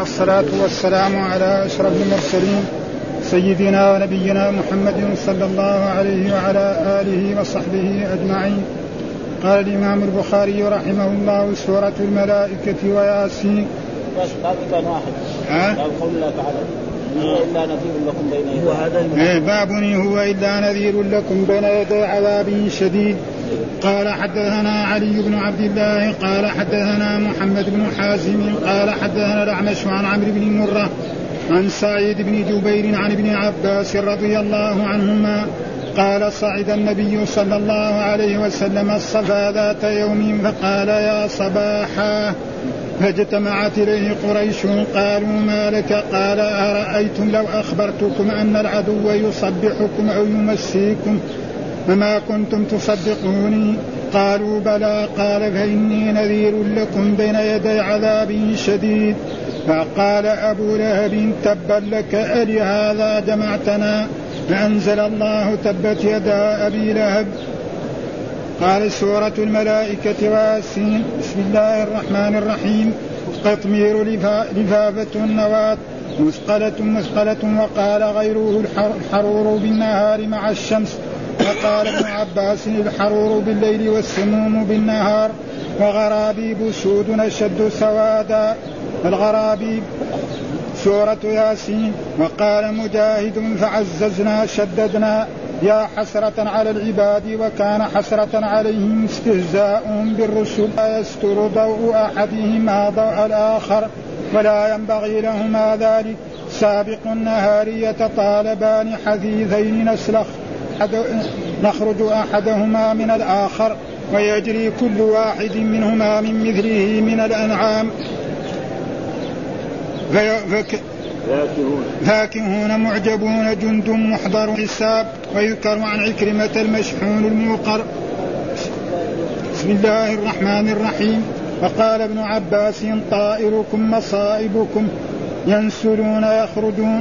والصلاة والسلام على أشرف المرسلين سيدنا ونبينا محمد صلى الله عليه وعلى آله وصحبه أجمعين. قال الإمام البخاري رحمه الله: سورة الملائكة وياسين. باب كان واحد. قول الله تعالى: هو إلا نذير لكم بين يدي باب هو إلا نذير لكم بين يدي عذاب شديد. قال حدثنا علي بن عبد الله قال حدثنا محمد بن حازم قال حدثنا الأعمش عن عمرو بن مرة عن سعيد بن جبير عن ابن عباس رضي الله عنهما قال: صعد النبي صلى الله عليه وسلم الصفا ذات يوم فقال: يا صباحا. فاجتمعت إليه قريش قالوا: ما لك؟ قال: أرأيتم لو أخبرتكم أن العدو يصبحكم أو يمسيكم فما كنتم تصدقوني؟ قالوا: بلى. قال: فإني نذير لكم بين يدي عذاب شديد. فقال أبو لهب: تبا لك، ألهذا جمعتنا؟ فأنزل الله: تبت يدا أبي لهب. قال: سورة الملائكة وياسين. بسم الله الرحمن الرحيم. قطمير لفافة النواة مثقلة. وقال غيره: الحرور بالنهار مع الشمس. وقال ابن عباس: الحرور بالليل والسموم بالنهار. وغرابيب سود أشد سوادا. الغرابيب سورة ياسين. وقال مجاهد: فعززنا شددنا، يا حسرة على العباد وكان حسرة عليهم استهزاؤهم بالرسل. لا يستر ضوء أحدهما ضوء الآخر ولا ينبغي لهما ذلك. سابق النهار يتطالبان حثيثين نخرج أحدهما من الآخر ويجري كل واحد منهما من مثله من الأنعام فاكهون معجبون جند محضر حساب. ويذكر عن عكرمة المشحون الموقر. بسم الله الرحمن الرحيم. وقال ابن عباس: طائركم مصائبكم، ينسلون يخرجون،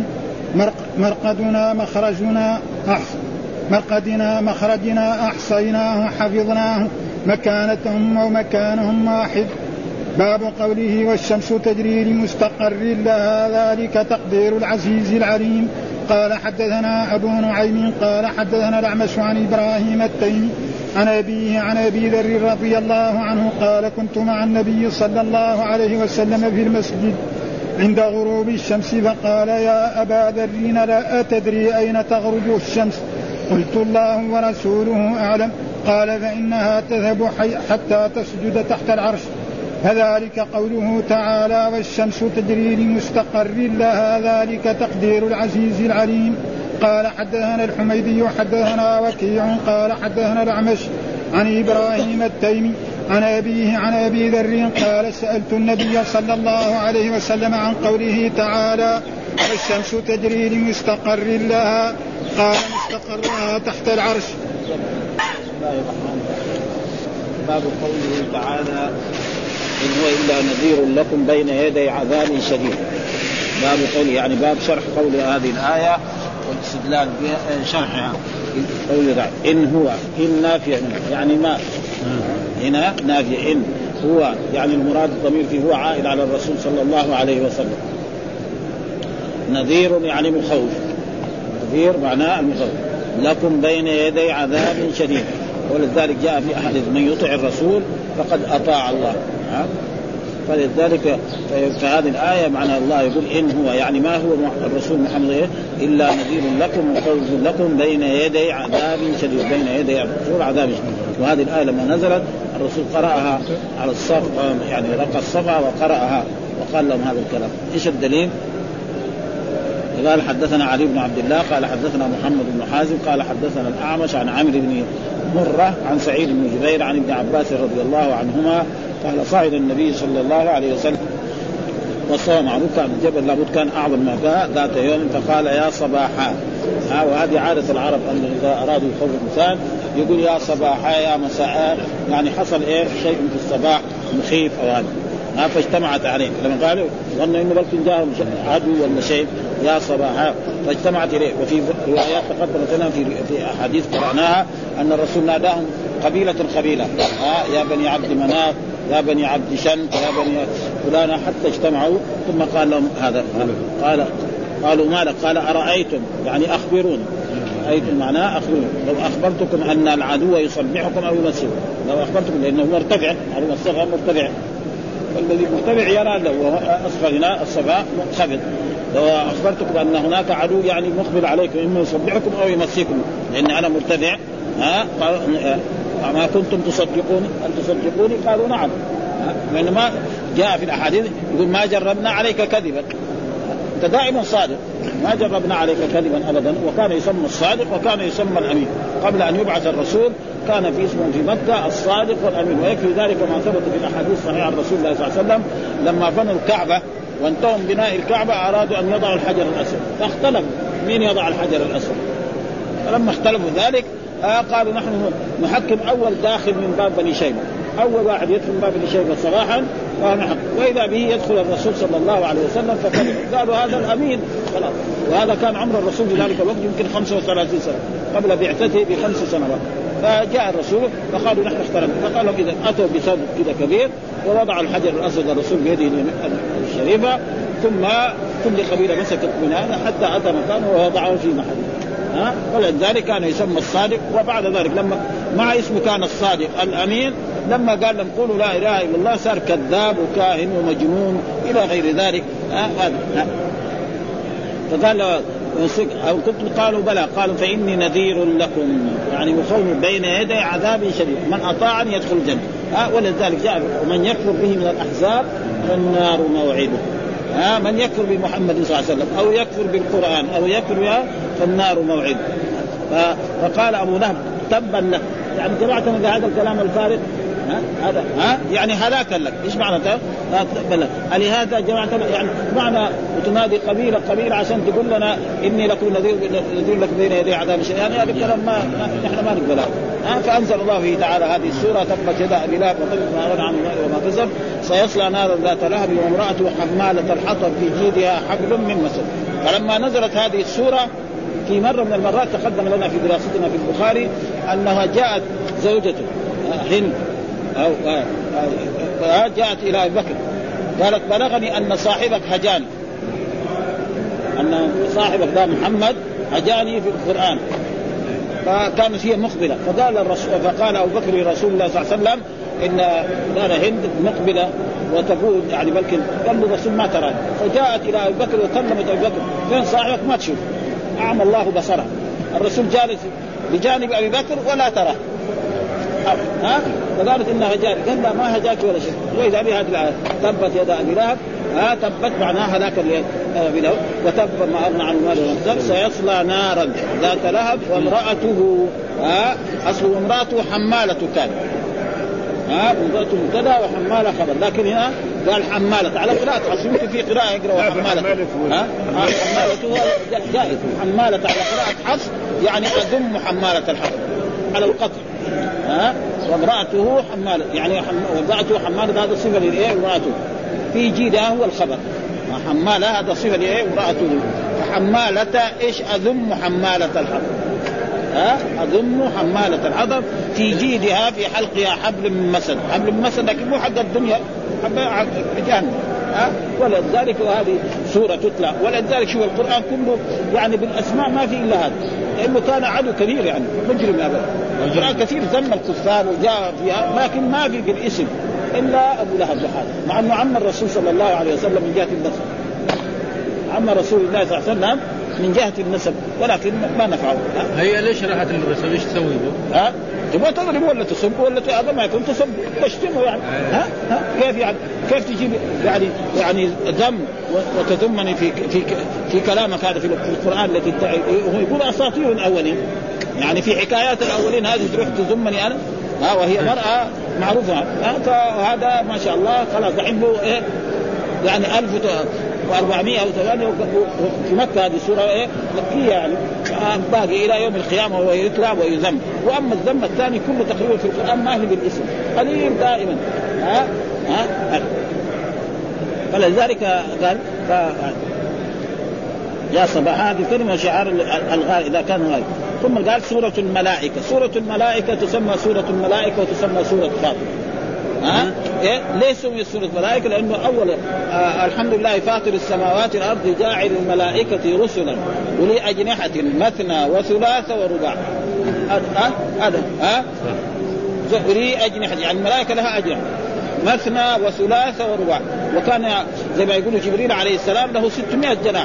مرقدنا مخرجنا أحصيناه حفظناه، مكانتهم ومكانهم واحد. باب قوله: والشمس تجري لمستقر لها، ذلك تقدير العزيز العليم. قال حدثنا أبو نعيم قال حدثنا الأعمش عن إبراهيم التيمي عن أبيه عن أبي ذر رضي الله عنه قال: كنت مع النبي صلى الله عليه وسلم في المسجد عند غروب الشمس فقال: يا أبا ذر، لا أتدري أين تغرب الشمس؟ قلت: الله ورسوله أعلم. قال: فإنها تذهب حتى تسجد تحت العرش. فذلك قوله تعالى: والشمس تجري لمستقر لها، ذلك تقدير العزيز العليم. قال حدثنا الحميدي حدثنا وكيع قال حدثنا الأعمش عن إبراهيم التيمي عن أبيه عن أبي ذر قال: سألت النبي صلى الله عليه وسلم عن قوله تعالى: والشمس تجري لمستقر لها. قال: مستقرها تحت العرش. باب قوله تعالى: إن هو إلا نذير لكم بين يدي عذاب شديد. باب قوله يعني باب شرح قول هذه الآية والاستدلال بشرحها. قوله تعالى: إن هو، إن نافية يعني ما، هنا نافية. إن هو يعني المراد الضمير فيه هو عائد على الرسول صلى الله عليه وسلم. نذير يعني مخوف، نذير معناه المخوف لكم بين يدي عذاب شديد. ولذلك جاء في أحاديث: من يطع الرسول فقد أطاع الله. فلذلك فهذه الآية معنى الله يقول: إن هو يعني ما هو الرسول محمد إلا نذير لكم وخوف لكم بين يدي عذاب شديد، بين يدي الرسول عذاب شديد. وهذه الآية لما نزلت الرسول قرأها على الصف، يعني رقى الصفا وقرأها وقال لهم هذا الكلام. إيش الدليل؟ قال: حدثنا علي بن عبد الله قال حدثنا محمد بن حازم قال حدثنا الأعمش عن عمرو بن مرة عن سعيد بن جبير عن ابن عباس رضي الله عنهما قال: صعد النبي صلى الله عليه وسلم والصوم معروف كان الجبل لابد كان أعظم ما جاء ذات يوم فقال: يا صباحا. وهذه عادة العرب أن إذا أرادوا يخوف الإنسان يقول: يا صباحا، يا مساء، يعني حصل شيء في الصباح مخيف أو هذا. فاجتمعت عليه لما قالوا ظنوا إنه بلكن جاءهم عدو ولا شيء، يا صباحا. فاجتمعت إليه. وفي روايات تقدمت لنا في أحاديث قرأناها أن الرسول ناداهم قبيلة قبيلة: يا بني عبد مناف، يا بني عبد شمس يا بني فلان حتى اجتمعوا. ثم قال لهم هذا قالوا ما لك؟ قال أرأيتم يعني أخبرون، أرأيتم معناه أخبرون، لو أخبرتكم أن العدو يصبحكم أو يمسكم، لو أخبرتكم لأنه مرتفع معلومة الصغر مرتفع، والذي مرتفع يرى له وأصغرنا الصباح منخفض، لو أخبرتكم أن هناك عدو يعني مقبل عليكم إما يصبحكم أو يمسكم لأن أنا مرتفع ما كنتم تصدقوني هل تصدقوني؟ قالوا نعم، لأن ما جاء في الأحاديث يقول ما جربنا عليك كذبا، أنت دائما صادق، ما جربنا عليك كذبا أبدا. وكان يسمى الصادق وكان يسمى الأمين قبل أن يبعث الرسول، كان في اسمه في مكة الصادق والأمين. ويكفي ذلك ما ثبت في الأحاديث الصحيحة عن رسول الله صلى الله عليه وسلم لما بنوا الكعبة وانتهوا من بناء الكعبة أرادوا أن يضعوا الحجر الأسود، فاختلفوا مين يضع الحجر الأسود. فلما اختلفوا ذلك قالوا نحن نحكم أول داخل من باب بني شيبة، أول واحد يدخل من باب بني شيبة صباحا وإذا به يدخل الرسول صلى الله عليه وسلم، فقالوا هذا الأمين خلاص. وهذا كان عمر الرسول في ذلك الوقت يمكن 35 سنة قبل بعثته ب5 سنوات. فجاء الرسول فقالوا نحن اختلفنا، فقالوا إذا أتوا بصدق كذا كبير ووضعوا الحجر الأسود الرسول بيده الشريفة، ثم كل قبيلة مسكت من هذا حتى أتى مكانه ووضعه في محله. ولذلك كان يسمى الصادق. وبعد ذلك لما مع اسمه كان الصادق الأمين، لما قال لهم قولوا لا إله إلا الله صار كذاب وكاهن ومجنون إلى غير ذلك. فقال أو كنتم قالوا بلى، قالوا فإني نذير لكم يعني مخوف بين يدي عذاب شديد، من أطاعني يدخل الجنة. ولذلك جاء ومن يكفر به من الأحزاب فالنار موعده. من يكفر بمحمد صلى الله عليه وسلم أو يكفر بالقرآن أو يكفر بها فالنار موعده. فقال أبو لهب تبا لك، يعني جمعتنا بهذا الكلام الفارغ هذا يعني هلاكا لك. ايش معنى بلى؟ لهذا جماعتنا يعني معنى وتنادي قبيله عشان تقول لنا اني لكم نذير لكم بين يدي عذاب شديد، يعني هذا الكلام ما نحن ما نقبله. فانزل الله فيه تعالى هذه السوره تبت يدا ابي لهب وتب ما اغنى عنه وما كسب سيصلى نارا ذات لهب وامراته حماله الحطب في جيدها حبل من مسد. فلما نزلت هذه السوره في مرة من المرات تقدم لنا في دراستنا في البخاري أنها جاءت زوجته هند أو جاءت إلى أبي بكر قالت بلغني أن صاحبك هجاني، أن صاحبك ده محمد هجاني في القرآن. فكانت هي مقبلة فقال أبو بكر لرسول الله صلى الله عليه وسلم إن دار هند مقبلة وتقول يعني بلكن قال الرسول ما ترى. فجاءت إلى أبي بكر وكلمت أبي بكر فين صاحبك ما تشوف، أعمى الله بصره. الرسول جالس بجانب أبي بكر ولا ترى. فقالت إنها هجاك، قال لا ما هجاك ولا شيء. وإذا بهذه الآية تبت يدا أبي لهب تبت معناها هلاك أبي لهب وتب ما أغنى عن ماله وما سيصلى نارا ذات لهب وامرأته أصل امرأته حمالة كان امرأته مبتدا وحمالة خبر، لكن هنا قال حمالة على قراءة حصل في قراءة يقرأ حمالة حمالته جائز حمالة على قراءة حص يعني أذم حمالة الحطب على القطع وامرأته حمالة يعني وامرأته حمالة هذا صفة لإيه امرأته في جيدها هو الخبر حمالة هذا صفة لإيه امرأته حمالة إيش أذم حمالة الحطب أذم حمالة الحطب في جيدها في حلقها حبل من مسد. حبل من مسد لكن مو حق الدنيا حق جهنم. ولذلك وهذه سورة تتلى. ولذلك شوف القرآن كله يعني بالأسماء ما في إلا هذا، لأنه كان عدو كبير يعني مجرم أبدا. القرآن كثير ذم الكفار وجاء فيها لكن ما في بالاسم إلا أبو لهب لحاله، مع أنه عم الرسول صلى الله عليه وسلم من جهة النسب، عم رسول الله صلى الله عليه وسلم من جهة النسب ولكن ما نفعه. هي ليش راحت الرسول ايش تسوي له؟ تبغى تضرب ولا تسب ولا هذا ما يكون تسب تشتمه يعني كيف يعني كيف تجيب يعني ذم وتذمني في كلامك هذا في القرآن التي هو يقول أساطير الأولين يعني في حكايات الأولين هذه تروح تذمني أنا وهي مرأة معروفة فهذا ما شاء الله خلاص عنده يعني 1400 أو 8 في مكة. هذه سورة مكية يعني باقي إلى يوم القيامة وهو يتلى ويذم. وأما الذم الثاني كله تقريبا في القرآن ما هي بالاسم قليل دائما فلذلك قال يا صباح هذه كلمة شعار الغاء إذا كان غاء. ثم قال سورة الملائكة. سورة الملائكة تسمى سورة الملائكة وتسمى سورة فاطر إيه؟ ليه سمي سورة الملائكة؟ لأنه أول الحمد لله فاطر السماوات والأرض جاعل الملائكة رسلا ولي أجنحة مثنى وثلاث ورباع. هذا ولي أجنحة يعني الملائكة لها أجنحة مثنى وثلاث ورباع. وكان زي ما يقول جبريل عليه السلام له 600 جناح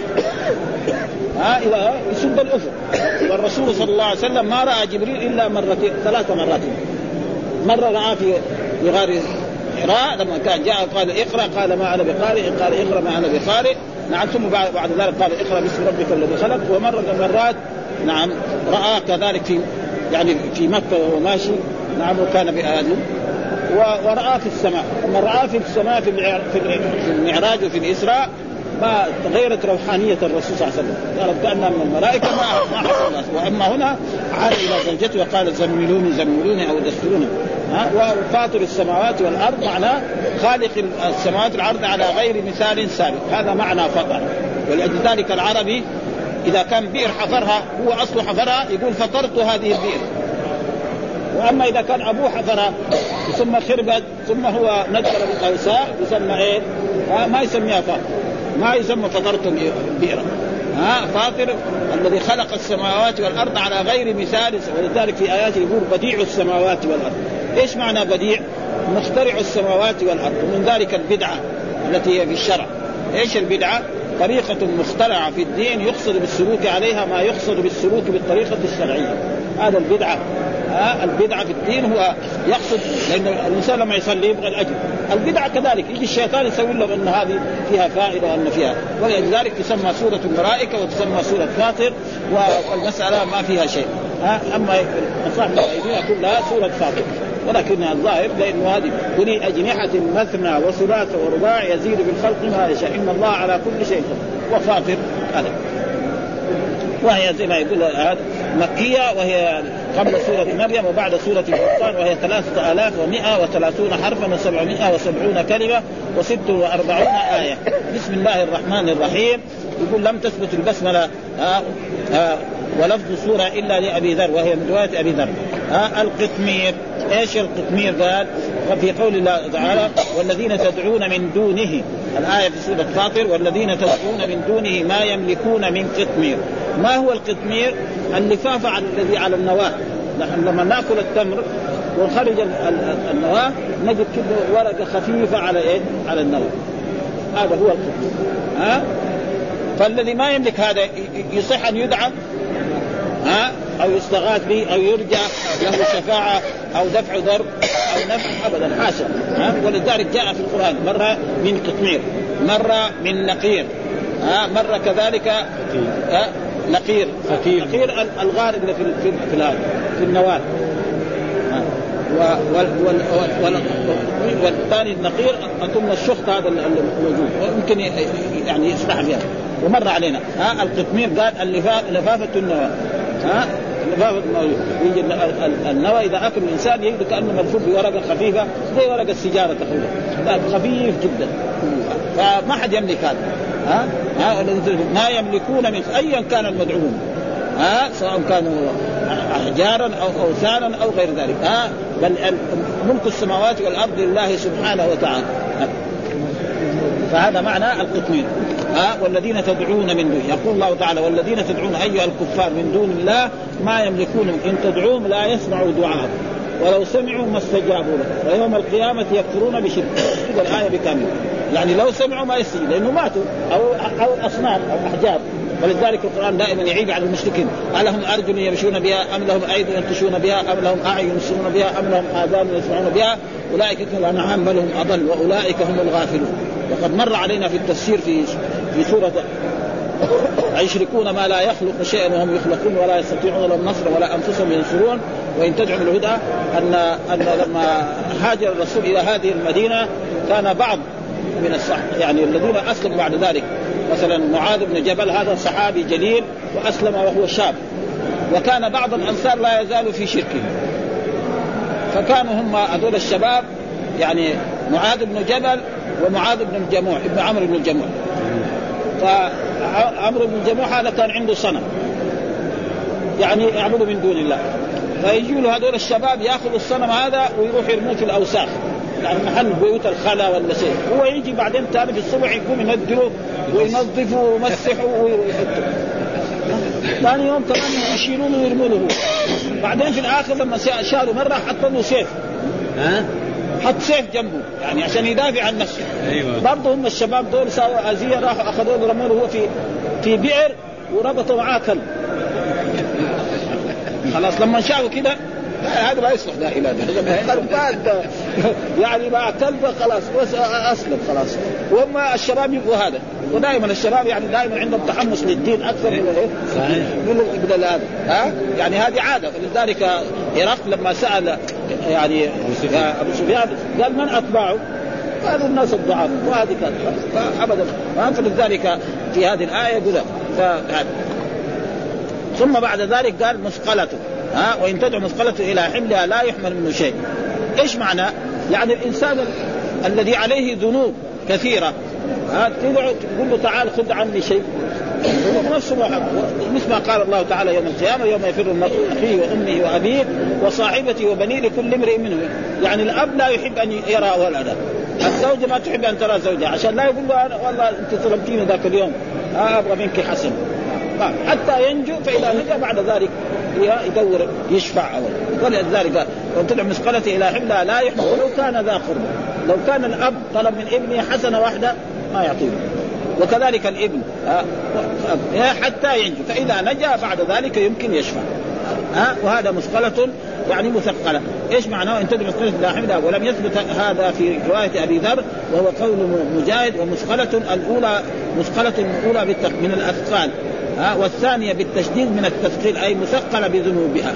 إلى يسد الأفق. والرسول صلى الله عليه وسلم ما رأى جبريل إلا مرتين 3 مرات. مرة رأى في غار حراء لما كان جاء قال اقرأ قال ما أنا بقارئ قال اقرأ ما أنا بقارئ. نعم ثم بعد ذلك قال اقرأ باسم ربك الذي خلق. ومرة من المرات نعم رأى كذلك في مكة وهو ماشي نعم وكان بآدم ورأى في السماء. لما رأى في السماء في المعراج وفي الإسراء ما تغيرت روحانية الرسول صلى الله عليه وسلم قالت كأنها من الملائكة ما حصل الناس. وأما هنا عاد إلى زوجته وقال زملوني أو دستروني. وفاطر السماوات والأرض معناه خالق السماوات والأرض على غير مثال سابق. هذا معنى فطر. ولذلك العربي إذا كان بئر حفرها هو أصله حفرها يقول فطرت هذه البئر. وأما إذا كان أبوه حفرها ثم خربت ثم هو نجر بالأوساخ يسمى إيه؟ ما يسميها فاطر ما يسمى فطرتم بئرا. فاطر الذي خلق السماوات والأرض على غير مثال. ولذلك في آيات يقول بديع السماوات والأرض. إيش معنى بديع؟ مخترع السماوات والأرض. ومن ذلك البدعة التي هي في الشرع. إيش البدعة؟ طريقة مخترعة في الدين يقصد بالسلوك عليها ما يقصد بالسلوك بالطريقة الشرعية. هذا البدعة. البدعة في الدين هو يقصد لأن الإنسان لما يصلي يبغى الأجر. البدعة كذلك يجي الشيطان يسوي له أن هذه فيها فائدة وأن فيها. ولذلك تسمى سورة الملائكة وتسمى سورة فاطر والمسألة ما فيها شيء. أما مصاحب الأيدينا كلها سورة فاطر. ولكن الظاهر لأنه هذه ولي أجنحة مثنى وثلاث ورباع يزيد بالخلق ما يشاء إن الله على كل شيء وفاطر. هذا وهي زي ما يقول مكية وهي قبل سورة مريم وبعد سورة الفرقان وهي 3130 حرفا و770 كلمة و46 آية. بسم الله الرحمن الرحيم. يقول لم تثبت البسملة ولفظ سورة إلا لأبي ذر وهي من رواية أبي ذر. القطمير. إيش القطمير؟ قال في قول الله تعالى والذين تدعون من دونه. الآية في سورة فاطر والذين تدعون من دونه ما يملكون من قطمير. ما هو القطمير؟ اللفافة الذي على النواة. نحن لما نأكل التمر ونخرج النواة نجد كده ورقة خفيفة على إيه؟ على النواة. هذا هو القطمير. فالذي ما يملك هذا يصح أن يدعم أو يستغاث به أو يرجع له شفاعة أو دفع ضرب أو نفع أبدا حاشا. ولذلك جاء في القرآن مرة من قطمير مرة من نقير مرة كذلك نقير الغار اللي في النواة. والثاني النقير أظن الشخط هذا الموجود ويمكن يعني يصلح بها. ومر علينا القطمير قال لفافة النواة. يجي النوى إذا أكل الإنسان يجد كأنه ملفوف بورقة خفيفة زي ورقة السيجارة تقريبا خفيف جدا. فما حد يملك هذا. ما يملكون من أيا كان المدعوون سواء كانوا أحجارا أو أوثانا أو غير ذلك. بل ملك السماوات والأرض لله سبحانه وتعالى. فهذا معنى القطمير. والذين تدعون من دون. يقول الله تعالى والذين تدعون أيها الكفار من دون الله ما يملكون إن تدعوهم لا يسمعوا دعاءكم ولو سمعوا ما استجابوا له ويوم القيامة يكفرون بشرك. الآية بكامل يعني لو سمعوا ما يستجيب لأنه ماتوا أو أصنام أو أحجار. ولذلك القرآن دائما يعيب على المشركين ألهم أرجل يمشون بها أم لهم أيدي يبطشون بها أم لهم أعين يبصرون بها أم لهم آذان يسمعون بها أولئك كالأنعام بل هم أضل وأولئك هم الغافلون. وقد مر علينا في التفسير في سورة يشركون ما لا يخلق شيئا وهم يخلقون ولا يستطيعون لهم نصر ولا أنفسهم ينصرون وإن تدعوا الهدى أن لما هاجر الرسول إلى هذه المدينة كان بعض من الصحابة يعني الذين أسلموا بعد ذلك مثلا معاذ بن جبل هذا صحابي جليل وأسلم وهو شاب. وكان بعض الأنصار لا يزال في شركه. فكانوا هم هذول الشباب يعني معاذ بن جبل ومعاذ بن الجموع ابن عمرو بن الجموع. فعمرو بن الجموع هذا كان عنده صنم يعني يعبد من دون الله. فيجوا له هذول الشباب ياخذوا الصنم هذا ويروح يرموه في الأوساخ يعني محل بيوت الخلا ولا شيء، هو يجي بعدين تاني في الصبح يقوم ينزله وينظفه ويمسحه ويحطه، ثاني يوم كمان يشيلونه ويرمونه. بعدين في الآخر لما شالوا مرة حطوا له سيف، حط سيف جنبه يعني عشان يدافع عن نفسه. أيوة. برضه هم الشباب دول ساووا أذية، راحوا أخذوه ورموه هو في بئر وربطوا معاه كلب. خلاص لما شافوا كده هذا لا يصلح، لا إله إلا الله، يعني مع كلبه خلاص أسلم خلاص. وهم الشباب يبقوا هذا، ودائما الشباب يعني دائما عندهم تحمس للدين أكثر من هذا. يعني هذه عادة. فلذلك هرقل لما سأل يعني أبو سفيان قال من أتباعه؟ هذا الناس الضعاف، وهذه كانت أبدا. فلذلك في هذه الآية يقول ثم بعد ذلك قال مثقلته، وإن تدعو مثقلته إلى حملها لا يحمل منه شيء. إيش معنى؟ يعني الإنسان الذي عليه ذنوب كثيرة تقول له تعال خذ عني شيء، نفسه مثل ما قال الله تعالى يوم القيامة يوم يفر المرء من أخيه وأمه وأبيه وصاحبته وبنيه لكل امرئ منهم. يعني الأب لا يحب أن يرى ولده، الزوجة ما تحب أن ترى زوجها عشان لا يقول له والله أنت ظلمتيني ذاك اليوم أبغى منك حسن، حتى ينجو. فإذا نجا بعد ذلك يدور يشفع ولذلك قال وإن تدعو مثقلته إلى حملها لا يحمل ولو كان ذا قربى. لو كان الأب طلب من ابنه حسنة واحدة ما يعطيه، وكذلك الابن حتى ينجو، فإذا نجا بعد ذلك يمكن يشفع. وهذا مثقلة يعني مثقلة. إيش معناه إن تدعو مثقلة إلى حملها؟ ولم يثبت هذا في رواية أبي ذر وهو قول مجاهد. ومثقلة الأولى مثقلة الأولى من الأثقال، والثانية بالتشديد من التثقيل أي مثقلة بذنوبها.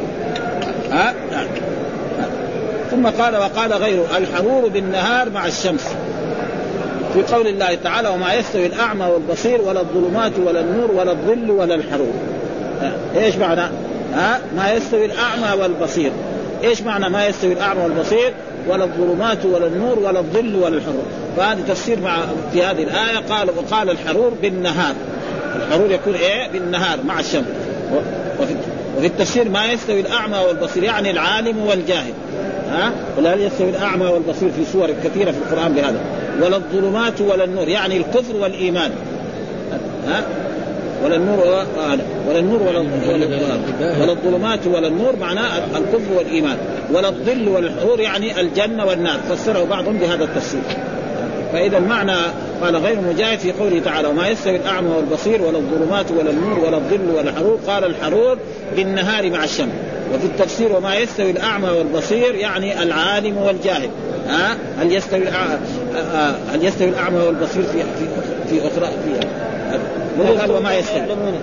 ثم قال وقال غيره الحرور بالنهار مع الشمس في قول الله تعالى وما يستوي الأعمى والبصير ولا الظلمات ولا النور ولا الظل ولا الحرور. إيش معنى ما يستوي الأعمى والبصير؟ إيش معنى ما يستوي الأعمى والبصير ولا الظلمات ولا النور ولا الظل ولا الحرور؟ فهذا تفسير في هذه الآية. وقال الحرور بالنهار، الحرور يكون بالنهار مع الشمس. وفي التفسير ما يستوي الأعمى والبصير يعني العالم والجاهل. ولا يستوي الأعمى والبصير في سور كثيرة في القرآن بهذا. ولا الظلمات ولا النور يعني الكفر والإيمان. ولا النور ولا الظلمات ولا النور معناه الكفر والإيمان. ولا الظل ولا الحرور يعني الجنة والنار. فسره بعضهم بهذا التفسير. فإذا المعنى قال غير مجاهد في قوله تعالى وما يستوي الأعمى والبصير ولا الظلمات ولا النور ولا الظل ولا الحرور. قال الحرور بالنهار مع الشمس. وفي التفسير وما يستوي الأعمى والبصير يعني العالم والجاهل. هل يستوي الأعمى والبصير في أخرى قال وما يستوي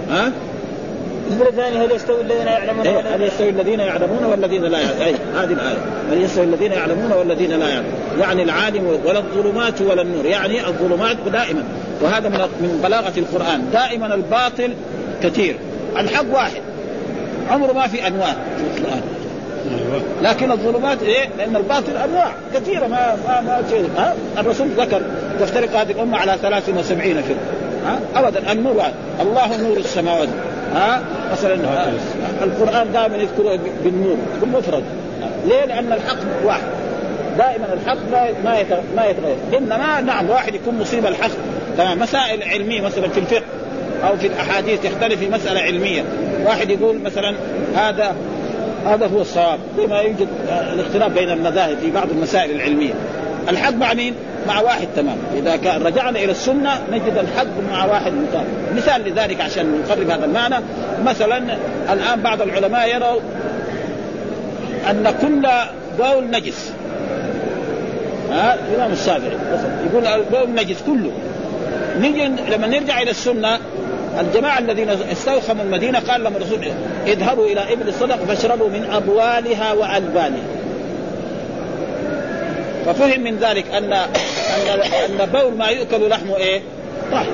هل يستوي الذين يعلمون هل يستوي الذين يعلمون والذين لا يعلمون. هذه الآية هل يستوي الذين يعلمون والذين لا يعلمون يعني العالم. ولا الظلمات ولا النور يعني الظلمات دائما. وهذا من بلاغة القرآن. دائما الباطل كثير، الحق واحد، عمره ما في أنواع في القرآن. لكن الظلمات لأن الباطل أنواع كثيرة ما شيء. الرسول ذكر تفترق هذه الأمة على 73 فرقة. أبدا النور واحد، الله نور السماوات. مثلا القرآن دائما يذكره بالنور بالمفرد. ليه؟ لأن الحق واحد، دائما الحق ما يتغير. إنما نعم واحد يكون مصيب الحق تمام. مسائل علمية مثلا في الفقه أو في الأحاديث يختلف في مسألة علمية، واحد يقول مثلا هذا هو الصواب، لما يوجد الاختلاف بين المذاهب في بعض المسائل العلمية. الحق مع مين؟ مع واحد تمام. إذا كان رجعنا إلى السنة نجد الحق مع واحد مطابق. مثال لذلك عشان نقرب هذا المعنى، مثلا الآن بعض العلماء يروا أن كل بول نجس. الإمام الشافعي يقول البول نجس كله. نيجي لما نرجع إلى السنة، الجماعة الذين استوخموا المدينة قال لهم الرسول اذهبوا إلى إبل الصدق فاشربوا من أبوالها وألبانها. ففهم من ذلك أن بول ما يؤكل لحمه طاهر.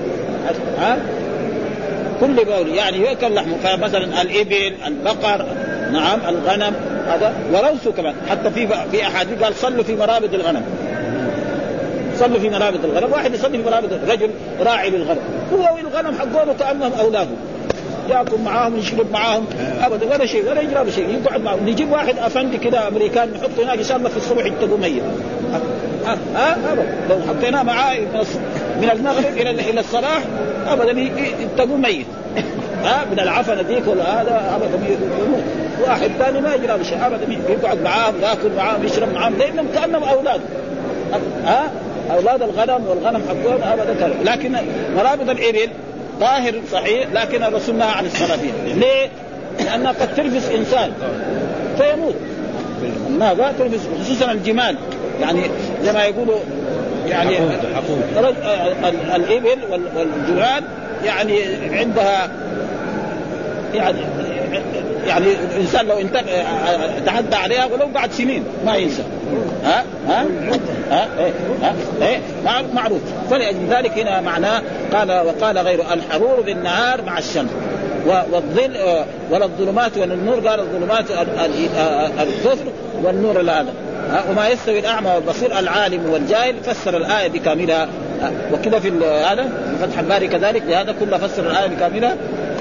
كل بول يعني يؤكل لحمه، فمثلا الإبل، البقر، نعم الغنم، هذا وروثه كمان. حتى في أحاديث قال صلوا في مرابض الغنم. صلوا في مرابض الغنم. واحد يصلي في مرابض، رجل راعي للغنم، هو والغنم حقونه كأنهم أولاده. ياكل معاهم يشرب معاهم ابدا ولا شيء ولا يجرى بشيء، يقعد معهم. نجيب واحد افندي كده امريكان نحط هناك ان شاء الله في الصبح يتقوا ميت. ابدا لو حطيناه معاه من المغرب الى الصباح ابدا يتقوا ميت من العفنه ديك ولا هذا ابدا يموت. واحد ثاني ما يجرى بشيء ابدا، يقعد معاهم ياكل معاهم يشرب معاهم لانهم كانهم اولاد اولاد الغنم والغنم حقون ابدا. لكن مرابط الابل طاهر صحيح، لكن الرسول نهى عن الصلاه فيها. ليه؟ لانها قد تلبس انسان فيموت. ماذا تلبس خصوصا الجمال، يعني زي ما يقولوا يعني الابل والجمال يعني عندها يعني الإنسان لو تعدى عليها ولو بعد سنين ما ينسى. معروف. فلذلك هنا معناه قال وقال غير الحرور بالنهار مع الشمس والظل ولا الظلمات والنور، قال الظلمات الكفر والنور الهدى. وما يستوي الأعمى والبصير العالم والجاهل. فسر الآية بكاملها وكذا في هذا فتح الباري كذلك لهذا كله فسر الآية بكاملها.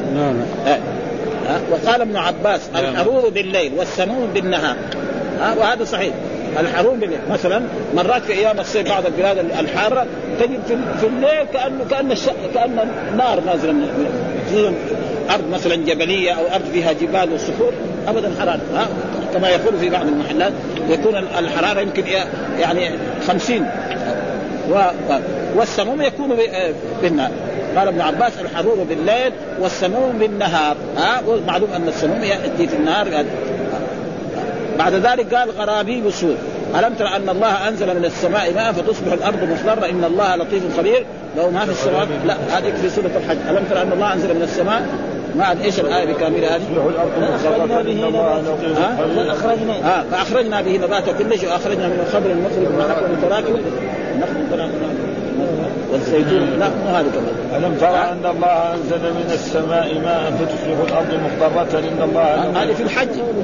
وقال ابن عباس الحرور بالليل والسموم بالنهار. وهذا صحيح. الحرور بالليل مثلا مرات في ايام الصيف بعض البلاد الحاره تجد في الليل كأن نار نازله من ارض مثلا جبليه او ارض فيها جبال وصخور ابدا حراره. كما يقول في بعض المحلات يكون الحراره يمكن يعني 50 والسموم يكون بالنهار. قال ابن عباس الحرور بالليل والسموم بالنهار. ومعلوم ان السموم ياتي في النهار. بعد ذلك قال غرابيب السود. ألم ترى أن الله أنزل من السماء ماء فتصبح الأرض مخضرة إن الله لطيف خبير له ما في السماوات. لا هذه في سورة الحج. ألم ترى أن الله أنزل من السماء ما إيش الآية بكاملة هذه؟ فأخرجنا به نبات كل شيء وأخرجنا من الخضر المخرج والنخل المتراكم والزيتون. لا مو هذا كمان. ألم ترى أن الله أنزل من السماء ماء فتصبح الأرض مخضرة إن الله. هذه في الحج.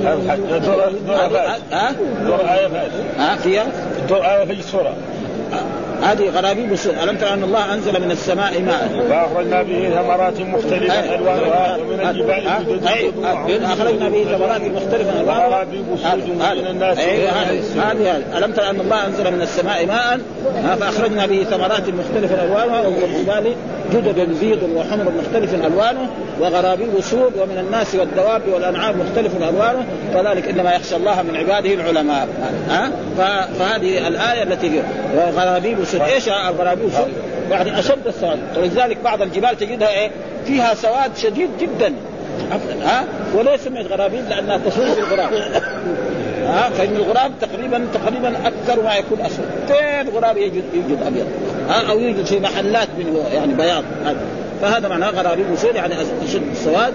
دور آية فيها دور آية في السورة. هذه غرابيب السود. ألم ترى أن الله أنزل من السماء ماء فأخرجنا به ثمرات مختلفة ألوانها ومن الجبال أخرجنا به ثمرات مختلفة ألوانها من الناس. هذه ألم ترى أن الله أنزل من السماء ماء فأخرجنا به ثمرات مختلفة ألوانها ومن الجبال جدد بيض وحمر مختلف ألوانه وغرابيب سود ومن الناس والدواب والأنعام مختلف ألوانه كذلك إنما يخشى الله من عباده العلماء. فهذه الآية التي غرابيب سود. ايش الغرابيب سود؟ يعني اشد السواد. ولذلك بعض الجبال تجدها فيها سواد شديد جدا. وليس سميت غرابيب لانها تصور بالغراب. فإن الغراب تقريبا اكثر ما يكون اسود. فين غراب يوجد ابيض او يوجد في محلات من يعني بياض. فهذا معناه غرابيب سود يعني اشد السواد.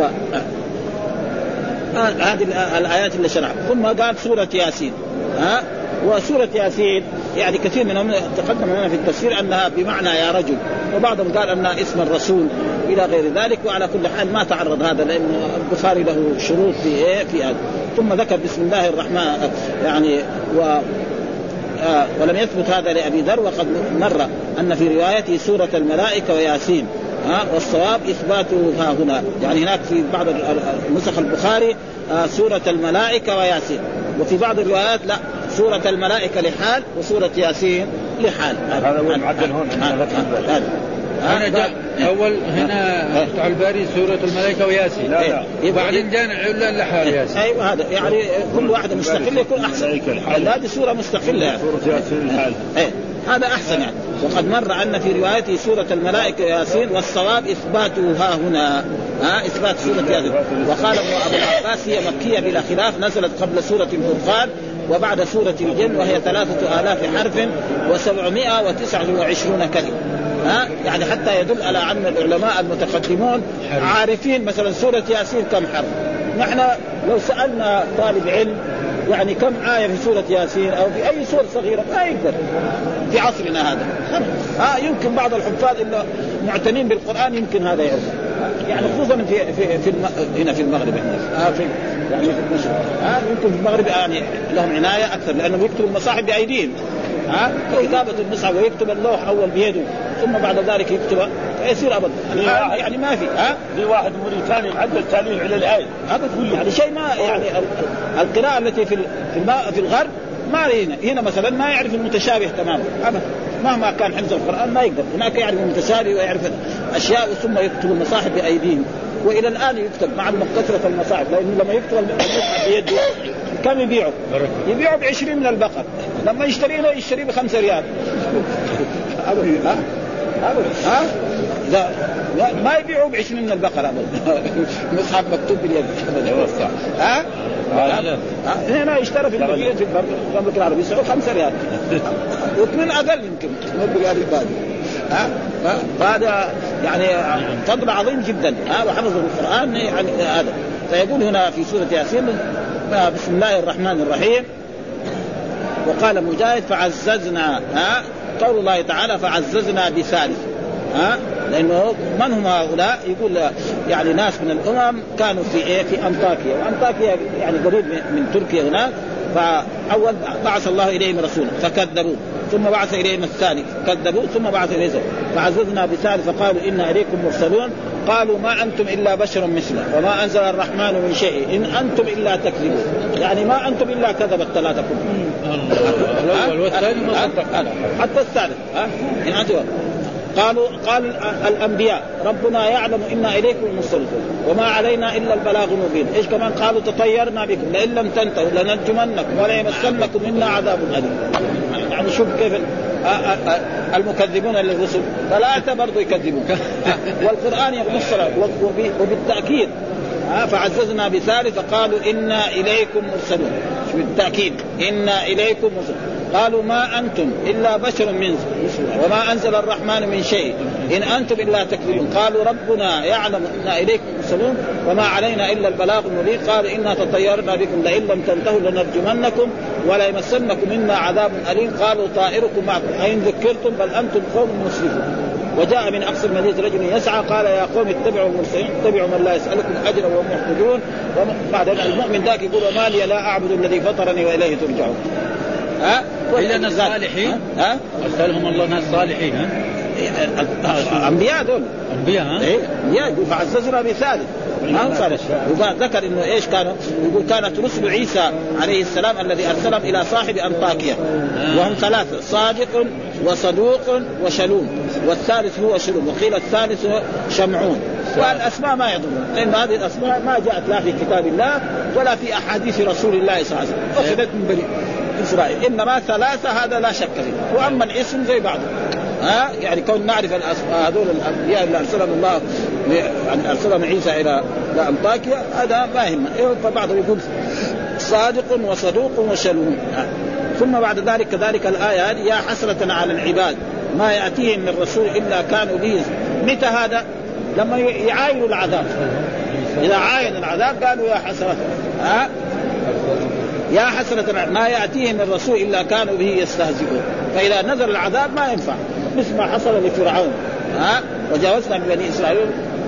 هذه الايات اللي شرعها. ثم قال سورة ياسين. وسورة ياسين يعني كثير منهم تقدم لنا في التفسير أنها بمعنى يا رجل، وبعضهم قال أنها اسم الرسول إلى غير ذلك. وعلى كل حال ما تعرض هذا لأن البخاري له شروط في هذا. ثم ذكر بسم الله الرحمن يعني ولم يثبت هذا لأبي ذر. وقد مر أن في روايته سورة الملائكة وياسين والصواب إثباته ها هنا. يعني هناك في بعض نسخ البخاري سورة الملائكة وياسين، وفي بعض الروايات لا سورة الملائكة لحال وسورة ياسين لحال. هذا هو المعدل هنا. أول هنا فتح الباري سورة الملائكة وياسين. لا وبعدين جاء لحال ياسين. أيوة هذا يعني كل واحدة مستقلة يكون أحسن. هذه سورة مستقلة يعني. سورة ياسين الحال. هذا أحسن يعني. وقد مر أن في روايته سورة الملائكة ياسين والصواب إثباته ها هنا. إثبات سورة ياسين. وقال ابن أبو العباس هي مكية بلا خلاف، نزلت قبل سورة الفرقان وبعد سورة الجن، وهي 3000 حرف و729 كلمة. يعني حتى يدل على أن العلماء المتقدمون عارفين مثلا سورة ياسين كم حرف. نحن لو سألنا طالب علم يعني كم آية في سورة ياسين أو في أي سورة صغيرة ما يقدر في عصرنا هذا. يمكن بعض الحفاظ اللي معتنين بالقرآن يمكن هذا يعرف، يعني خصوصا هنا في المغرب في يعني في المشرق. يمكن في المغرب يعني لهم عناية أكثر لأنهم يكتبوا المصاحف بأيديهم. كتابة المصحف ويكتب اللوح أول بيده ثم بعد ذلك يكتب فيصير أبدا. يعني ما في في واحد موريتاني عدى التاليف على الآية هذا يعني شيء ما يعني القراءة التي في الغرب ما هنا مثلا ما يعرف المتشابه تماما أبدا، مهما كان حفظ القرآن ما يقدر. هناك يعرف المتشابه ويعرف أشياء ثم يكتب المصاحف بأيديهم، وإلى الآن يكتب مع كثرة المصاحف، لأنه لما يكتب المصحف بيده كم يبيعه ب20 من البقر، لما يشتريه ب5 ريال ما يبيعوا ب20 من البقرة مصحف مكتوب باليد هنا يشترى في المملكة العربية يسعوا 5 ريال ومن أقل يمكن فهذا يعني فضل عظيم جدا وحفظ القرآن يعني هذا. فيقول هنا في سورة ياسين بسم الله الرحمن الرحيم. وقال مجاهد فعززنا قول الله تعالى فعززنا بثالث لأنه من هم هؤلاء؟ يقول يعني ناس من الأمم كانوا في أنطاكيا، وأنطاكيا يعني قريب من تركيا هناك. فأول بعث الله إليهم رسولا فكذبوا، ثم بعث إليهم الثاني كذبوا، ثم بعث إليهم فعززنا بثالث فقالوا إنا إليكم مرسلون. قالوا ما أنتم إلا بشر مثله وما أنزل الرحمن من شيء إن أنتم إلا تكذبون. يعني ما أنتم إلا كذبت ثلاثكم حتى الثالث إن أنتم. قال الأنبياء ربنا يعلم إنا إليكم المرسلون وما علينا إلا البلاغ المبين. إيش كمان؟ قالوا تطيرنا بكم لئن لم تنتهوا لنرجمنكم ولا يمسنكم منا عذاب أليم. يعني شوف كيف المكذبون للرسل ثلاثة برضو يكذبون والقرآن ينص وبالتأكيد فعززنا بثالث فقالوا إنا إليكم مرسلون بالتأكيد إنا إليكم مرسلون. قالوا ما أنتم إلا بشر مثلنا وما أنزل الرحمن من شيء إن أنتم إلا تكذبون. قالوا ربنا يعلم إنا إليكم مرسلون وما علينا إلا البلاغ المبين. قالوا إنا تطيرنا بكم لئن لم تنتهوا لنرجمنكم ولا يمسنكم منا عذاب أليم. قالوا طائركم معكم أئن ذكرتم بل أنتم قوم مسرفون. وجاء من أقصى المدينة رجل يسعى قال يا قوم اتبعوا المرسلين اتبعوا من لا يسألكم أجرا وهم مهتدون. بعد المؤمن ذاك يقول وما لي لا أعبد الذي فطرني وإليه ترجعون. إلا ناس صالحين أرسلهم الله ناس صالحين أنبياء دول أنبياء فعززنا بثالث وذكر إنه إيش كانوا يقول كانت رسل عيسى عليه السلام الذي أرسلهم إلى صاحب أنطاكيا وهم ثلاثة صادق وصدوق وشلوم والثالث هو شلوم وقيل الثالث هو شمعون. والأسماء ما يضرون لأن هذه الأسماء ما جاءت لا في كتاب الله ولا في أحاديث رسول الله صلى الله عليه وسلم أخذت من بني إسرائيل إنما ثلاثة هذا لا شك فيه. وأما الاسم زي بعضه يعني كون نعرف هذول الأنبياء اللي أرسلهم الله أرسلهم عيسى إلى أنطاكيا هذا ما يهم. فبعضهم يقول صادق وصدوق وشلوم. ثم بعد ذلك كذلك الآية هذه يا حسرة على العباد ما يأتيهم من رسول إلا كانوا به. متى هذا؟ لما يعاينوا العذاب. إذا عاين العذاب قالوا يا حسرة يا حسرة ما يأتيهم من رسول إلا كانوا به يستهزئون. فإذا نزل العذاب ما ينفع مثل ما حصل لفرعون وجاوزنا ببني إسرائيل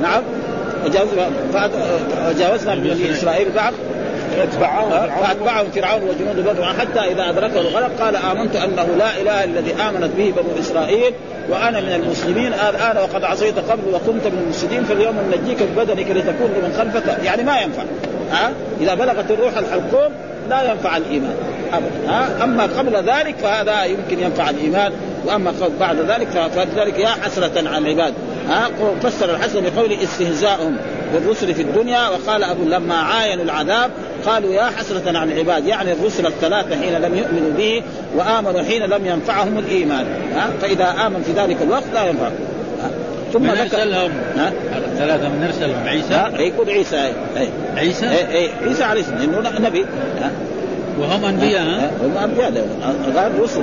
وجاوزنا ببني إسرائيل بعد فأتبعهم فرعون وجنود بدر حتى إذا أدركه الغرق قال آمنت أنه لا إله الذي آمنت به بنو إسرائيل وأنا من المسلمين الآن وقد عصيت قبل وكنت من المفسدين فاليوم ننجيك ببدنك لتكون لمن خلفك. يعني ما ينفع إذا بلغت الروح الحلقوم لا ينفع الإيمان أبدا. أما قبل ذلك فهذا يمكن ينفع الإيمان وأما بعد ذلك فذلك يا حسرة على العباد. فسر الحسن بقول استهزاءهم بالرسل في الدنيا. وقال أبو لما عاينوا العذاب قالوا يا حسرة على العباد يعني الرسل الثلاثة حين لم يؤمنوا به وآمنوا حين لم ينفعهم الإيمان. فإذا آمن في ذلك الوقت لا ينفع. ثم نرسلهم ثلاثة من نرسلهم عيسى يقول عيسى عيسى عليه السلام إنه نبي وهم أنبياء هم أنبياء غير رسل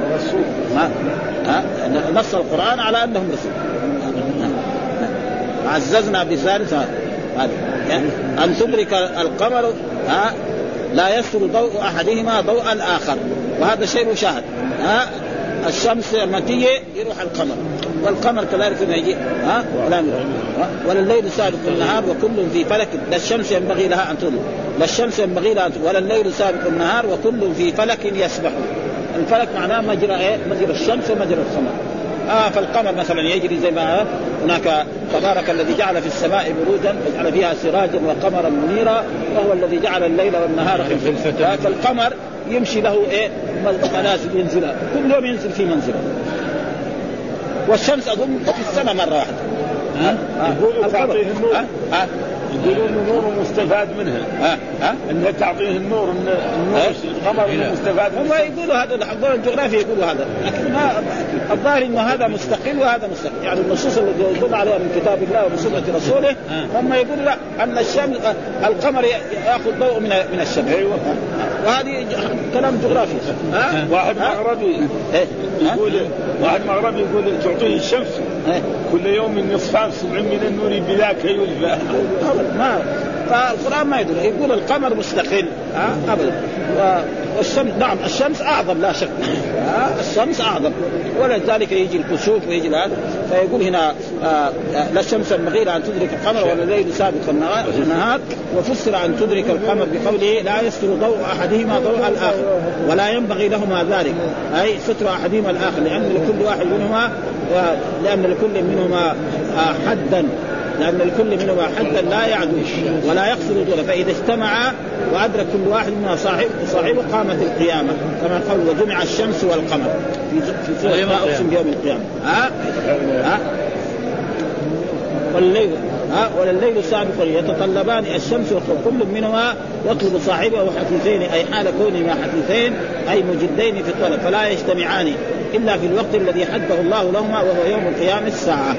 نص القرآن على أنهم رسل. عززنا بثالث أن تدرك القمر لا يسر ضوء أحدهما ضوء الآخر وهذا شيء مشاهد. الشمس لما تيجي يروح القمر والقمر كذلك ما يجي ولا الليل سابق النهار وكل في فلك. لا الشمس ينبغي لها أن تضل لا الشمس ينبغي لها ولا الليل سابق النهار وكل في فلك يسبح. الفلك معناه مجرى مجرى الشمس ومجرى القمر. فالقمر مثلا يجري زي ما هناك تبارك الذي جعل في السماء بروجا وجعل فيها سراجا وقمرا منيرا وهو الذي جعل الليل والنهار خلفة. فالقمر يمشي له منازل ينزلها كل يوم ينزل في منزله. والشمس أظن في السنة مرة واحدة. يقولوا تعطيه النور. يقولون النور مستفاد منها. أنها تعطيه النور القمر مستفاد منها. هم يقولوا هذا الحضور الجغرافي يقولوا هذا، لكن ما الظاهر إنه هذا مستقل وهذا مستقل. يعني النصوص اللي يدل عليها من كتاب الله وسنة رسوله هم يقولوا لا أن الشمس القمر يأخذ ضوء من الشمس. أيوة. وهذه كلام جغرافي. واحد مغربي يقول تعطيه الشمس كل يوم نصفان 7 من النور بذاك يلفى. ما فالقرآن ما يدل، يقول القمر مستقل أبدا. والشمس نعم الشمس أعظم لا شك، الشمس أعظم، ولذلك يجي الكسوف ويجي هذا. فيقول هنا لا الشمس ينبغي أن تدرك القمر ولا الليل سابق النهار. وفسر أن تدرك القمر بقوله لا يستر ضوء أحدهما ضوء الآخر ولا ينبغي لهما ذلك، أي ستر أحدهما الآخر، لأن لكل واحد حدا لا يعدو ولا يقصر دونه، فإذا اجتمع وأدرك كل واحد منها صاحبه قامت القيامة، كما قال وجمع الشمس والقمر في سورة ما أقسم بيوم القيامة. والليل سابق يتطلبان الشمس والقمر كل منهما يطلب صاحبه حثيثين، أي حال كونهما حثيثين أي مجدين في الطلب، فلا يجتمعان إلا في الوقت الذي حده الله لهما وهو يوم القيامة الساعة.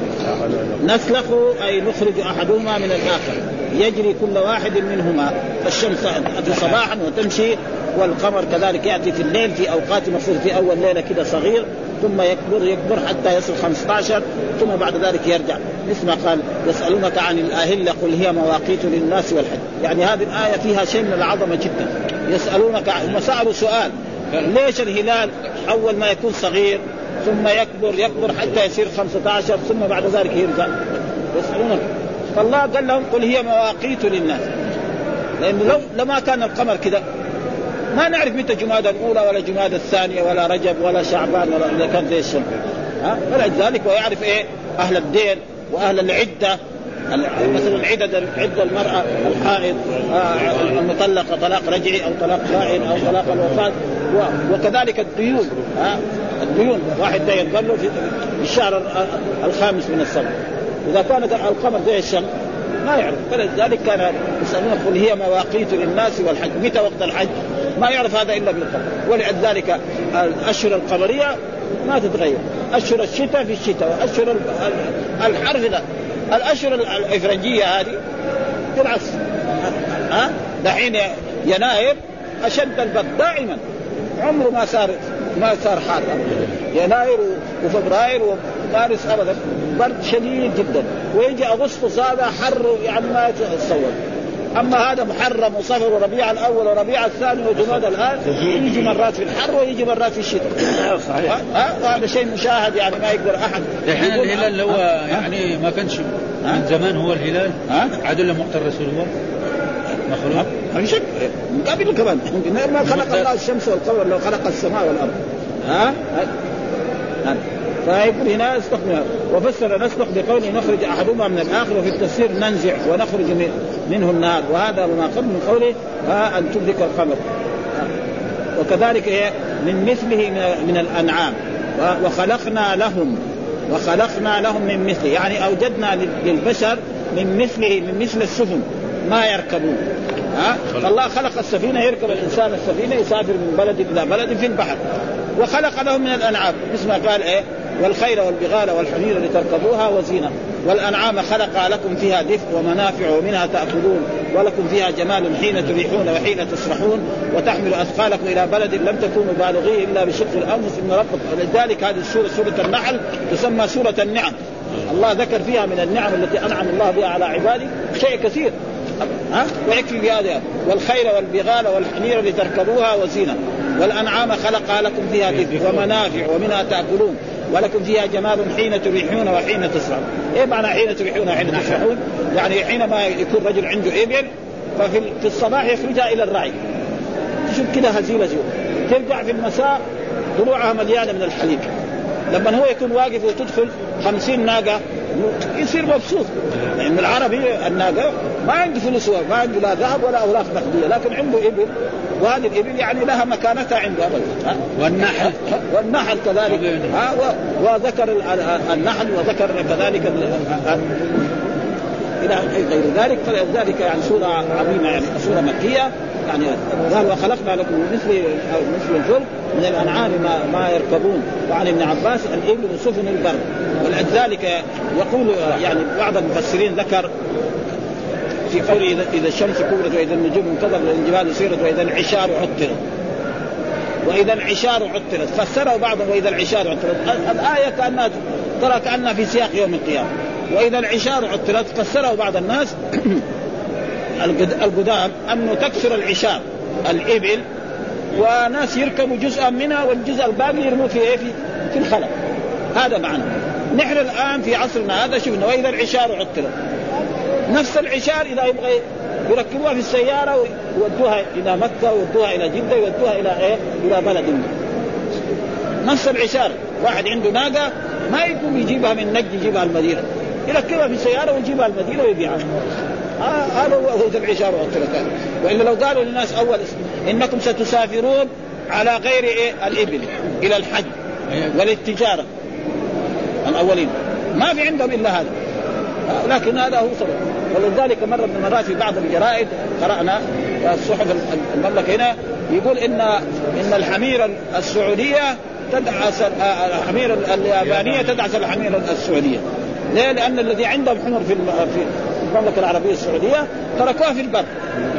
نسلخ أي نخرج أحدهما من الآخر، يجري كل واحد منهما. الشمس تأتي صباحا وتمشي، والقمر كذلك يأتي في الليل في أوقات مفروض، في أول ليلة كده صغير ثم يكبر حتى يصل 15 ثم بعد ذلك يرجع. مثل ما قال يسألونك عن الأهلة قل هي مواقيت للناس والحج. يعني هذه الآية فيها شيء من العظمة جدا. يسألونك هم سألوا سؤال ليش الهلال أول ما يكون صغير ثم يكبر حتى يصير 15 ثم بعد ذلك يرجع؟ يسألونك. فالله قال لهم قل هي مواقيت للناس، لأنه لما كان القمر كذا ما نعرف متى جمادى الأولى ولا جمادى الثانية ولا رجب ولا شعبان ولا إذا كان زي الشمس. فلذلك ويعرف أهل الدين وأهل العدة، مثلا عدة المرأة الحائض المطلقة طلاق رجعي أو طلاق بائن أو طلاق الوفاة، وكذلك الديون. الديون واحد ده ينقل له في الشهر الخامس من السنة، إذا كانت القمر زي الشمس ما يعرف. فلذلك كان يسألون قل هي مواقيت للناس والحج، متى وقت الحج ما يعرف هذا إلا بالقمر. ولذلك الأشهر القمرية ما تتغير، أشهر الشتاء في الشتاء وأشهر الحر في ذا. الأشهر الإفرنجية هذه بالعكس، دحين يناير أشد البرد دائما، عمره ما صار حار. يناير وفبراير ومارس أبدا برد شديد جدا، ويجي أغسطس هذا حر يعني ما يتصور. أما هذا محرم وصفر وربيع الأول وربيع الثاني وجمادى الآن، يجي مرات في الحر ويجي مرات في الشتاء. صحيح. هذا شيء مشاهد، يعني ما يقدر أحد. الحين الهلال هو يعني ما كانش من زمان هو الهلال عدل وقت الرسول هو مخلوق. ما شك من قبل كمان، ممكن ما خلق الله الشمس والقمر لو خلق السماء والأرض. فيقول هنا استخدمها. وفسر نسلخ بقوله نخرج أحدهما من الآخر، وفي التفسير ننزع ونخرج منه النار، وهذا ما قبل من قوله أن تدرك القمر. وكذلك من مثله من الأنعام، وخلقنا لهم من مثله، يعني أوجدنا للبشر من مثل السفن ما يركبون. فالله خلق السفينة، يركب الإنسان السفينة يسافر من بلد إلى بلد في البحر. وخلق لهم من الأنعام مثل ما قال والخيل والبغال والحمير لتركبوها وزينة. والأنعام خلق لكم فيها دفء ومنافع ومنها تأكلون ولكم فيها جمال حين تريحون وحين تسرحون وتحمل أثقالكم إلى بلد لم تكونوا بالغيه إلا بشق الأنفس إن ربكم. ولذلك هذه السورة سورة النحل تسمى سورة النعم. الله ذكر فيها من النعم التي أنعم الله بها على عباده شيء كثير. ويكفي بهذا والخيل والبغال والحمير لتركبوها وزينة. والأنعام خلق لكم فيها دفء ومنافع ومنها تأكلون ولكم فيها جمال حين تريحون وحين تسرحون. إيه معنى حين تريحون وحين تسرحون؟ يعني حينما يكون رجل عنده إبل ففي الصباح يخرجها إلى الرعي، تشوف كده هزيلة زيوت، ترجع في المساء ضلوعها مليانة من الحليب. لما هو يكون واقف وتدخل 50 ناقة يصير مبسوط. يعني العربي الناقة ما عنده فلوس، ما عنده لا ذهب ولا أوراق نقدية، لكن عنده إبل، وهذه الإبل يعني لها مكانتها عنده أبدا. والنحل كذلك. وذكر النحل وذكر كذلك إلى غير ذلك. فلذلك يعني سورة عظيمة، يعني سورة مكية. يعني قال وخلقنا لكم مثل الفلك من الأنعام ما يركبون. وعن ابن عباس الإبل وسفن البر. ولذلك يقول يعني بعض المفسرين ذكر في قول إذا الشمس كبرت وإذا النجوم انكدرت وإذا الجبال سيرت وإذا العشار عطرت. وإذا العشار عطرت فسره بعضهم وإذا العشار عطرت الآية كأنها ترى كأنها في سياق يوم القيامة. وإذا العشار عطرت فسره بعض الناس القدام أنه تكسر العشار الإبل وناس يركبوا جزءا منها والجزء الباقي يرموا في الخلق. هذا معنى. نحن الآن في عصرنا هذا شفنا وإذا العشار عطرت، نفس العشار إذا يبغى يركبوها في السيارة ويودوها إلى مكة ويودوها إلى جدة ويودوها إلى بلد. نفس العشار واحد عنده ناقة ما يكون يجيبها من نجد يجيبها المدينة، يركبها في السيارة ويجيبها المدينة ويبيعها. هذا هو إذا العشار عطرت. وإلا لو قالوا للناس أول إنكم ستسافرون على غير الإبل إلى الحج والتجارة الأولين، ما في عندهم إلا هذا. لكن هذا هو سبب. ولذلك مرة من المرات في بعض الجرائد قرأنا الصحف المملكة هنا يقول إن الحميرة السعودية تدعس الحميرة اليابانية تدعس الحميرة السعودية. ليه؟ لأن الذي عندهم حمر في المملكة العربية السعودية تركوها في البر.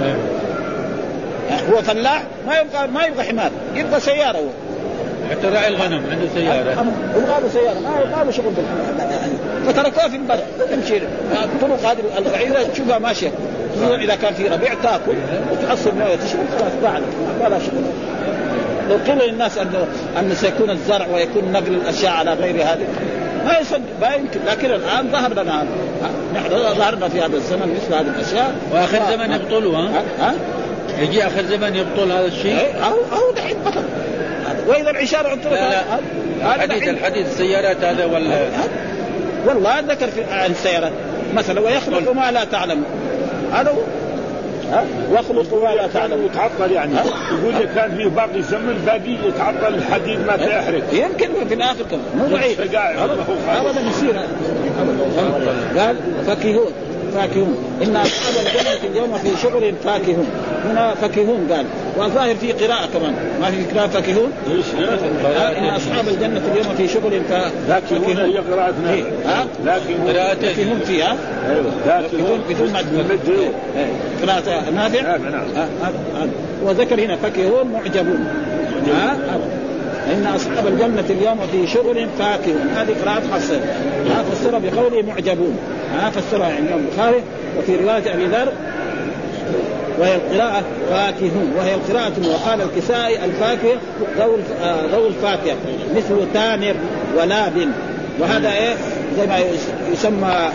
هو فلاح ما يبغى حمار، يبغى سيارة. هو حتى راعي الغنم عنده سيارة، يبغى سيارة ما له شغل بالحمار، فتركوها في البر تمشي. الطرق هذه البعيدة تشوفها ماشية، إذا كان في ربيع تأكل وتحصل موية تشرب خلاص بعد ما لا شغل. لو قيل للناس أن سيكون الزرع ويكون نقل الأشياء على غير هذه ما يصدق، ما يمكن. لكن الآن ظهر لنا، نحن ظهرنا في هذا الزمن مثل هذه الأشياء. وآخر زمن يبطلوا يجي آخر زمن يبطل هذا الشيء. أو دحين بطل. وإذا العشار عطرت الحديث السيارات هذا والله ذكر في السيارات مثلا ويخلق ما لا تعلم. هذا يخلق ما لا تعلم يتعطل. يعني يقول لك كان فيه بعض الزمن باقي يتعطل الحديد ما تحرق، يمكن في الآخر كمان مو بعيد هذا يصير. قال فاكهون إن أصحاب الجنة اليوم في شغل فاكهون. هنا فاكهون قال، وظاهر في قراءة كمان ما في قراءة فاكهون. إن أصحاب الجنة اليوم في شغل فاكهون. هي قراءتنا فاكهون فيها بدون مد. قراءة نافع. وذكر هنا فاكهون معجبون. إن أصحاب الجنة اليوم في شغل فاكهون. هذه قراءة حسن. فسرها بقوله معجبون. فسرها عند البخاري. وفي رواية أبي ذر وهي القراءة فاكهون وهي القراءة. وقال الكسائي الفاكهة ذو الفاكهة مثل تامر ولابن. وهذا زي ما يسمى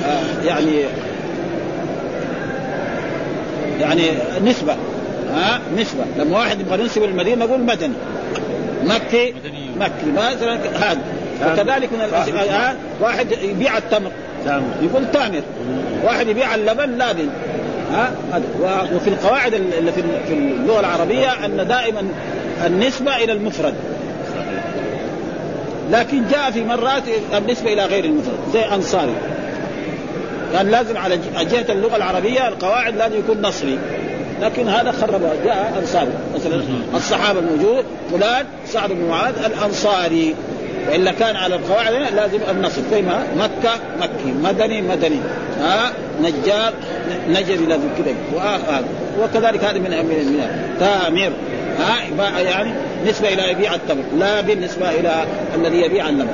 يعني نسبة. نسبة. لما واحد يبغى ينسب المدينة نقول مدني، مكي مثلا هذا. وكذلك من الأشياء واحد يبيع التمر يقول تامر، واحد يبيع اللبن لابن. وفي القواعد اللي في اللغة العربية أن دائما النسبة إلى المفرد، لكن جاء في مرات النسبة إلى غير المفرد زي أنصاري. كان لازم على جهة اللغة العربية القواعد لازم يكون نصري، لكن هذا خربها جاء أنصاري. مثلا الصحابة الموجود فلان سعد بن معاذ الأنصاري، وإلا كان على القواعد لازم النصر. كما مكة مكي، مدني نجار نجر إلى كذا. وكذلك هذا من تامر يعني نسبة إلى يبيع التمر، لا بالنسبة إلى الذي يبيع اللبن.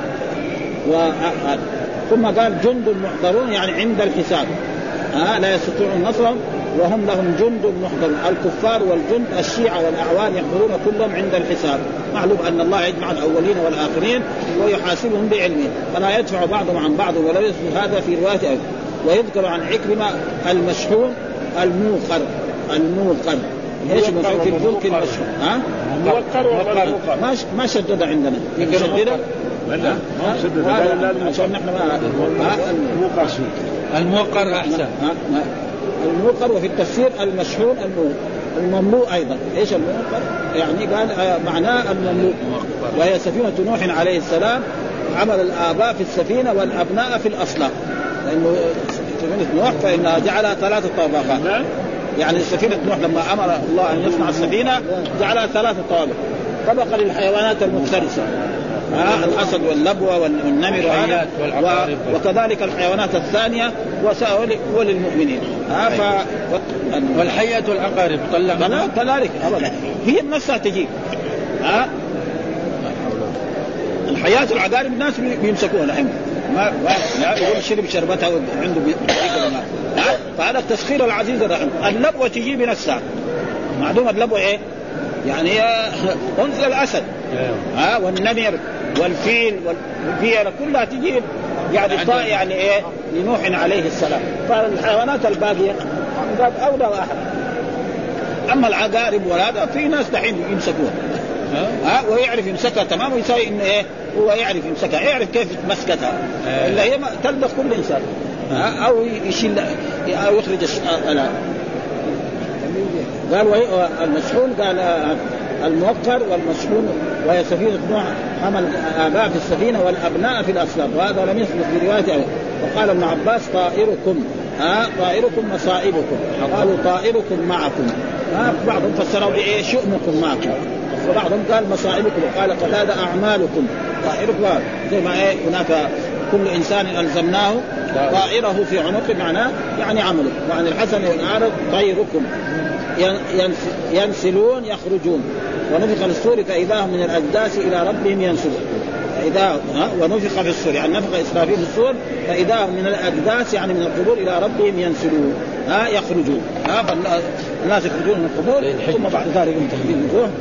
ثم قال جند محضرون يعني عند الحساب لا يستطيعون نصرهم وهم لهم جند محضرون. الكفار والجند الشيعة والأعوان يحضرون كلهم عند الحساب. معلوم أن الله يجمع الأولين والآخرين ويحاسبهم بعلمه، فلا يدفع بعضهم عن بعض ولا يثبت هذا في رواية. ويذكر عن عكرمة المشحون الموقر. ايش في الفلك المشحون؟ موقر ما شدد عندنا شدد عشان نحن الموقر أحسن. الموقر. وفي التفسير المشحون المملوء أيضا. إيش الموقر؟ يعني قال معناه المملوء. وهي سفينة نوح عليه السلام، عمل الآباء في السفينة والأبناء في الأصنام، لأنه سفينة نوح فإنها جعلها 3 طابقات. يعني سفينة نوح لما أمر الله أن يصنع السفينة جعلها 3 طوابق، طبقة للحيوانات المفترسة، الأسد واللبوة والنمر وكذلك الحيوانات الثانية وللمؤمنين. والحية والعقارب طلع كذلك أبدا، هي نفسها تجيب. الحياة والعقارب الناس بيمسكوها الحين، ما يقول شرب شربتها عنده فهذا التسخير العزيز الرحيم. اللبوة تجي بنفسها، معلوم اللبوة إيه؟ يعني أنثى الأسد والنمر والفيل والفيلة كلها تجي يعني إيه لنوح عليه السلام. فالحيوانات الباقية قد أولى واحد. أما العقارب وهذا في ناس دحين يمسكوها ويعرف يمسكها تمام، ويسوي إنه إيه هو يعرف يمسكها، يعرف كيف مسكتها إلا هي تلبس كل إنسان أو يشيل أو يخرج الآلام. قال المشحون قال الموقر والمشحون، وهي سفينة نوح حمل الآباء في السفينة والأبناء في الأسلام، وهذا لم يثبت في رواية. وقال ابن عباس طائركم طائركم مصائبكم، قالوا طائركم معكم. بعضهم فسروا بإيه شؤمكم معكم، وبعضهم قال مصائبكم، وقال قتادة أعمالكم طائركم، زي ما إيه هناك كل إنسان ألزمناه طائره في عنقه، معناه يعني عمله. وعن الحسن والأعرج طيركم ينسلون يخرجون، ونفخ في الصور فإذا هم من الأجداث إلى ربهم ينسلون. ونفخ في الصور يعني نفخ إسرافيل في الصور فإذا هم من الأجداث يعني من القبور إلى ربهم ينسلون يخرجون. الناس يخرجون من القبور ثم بعد ذلك ينتهون.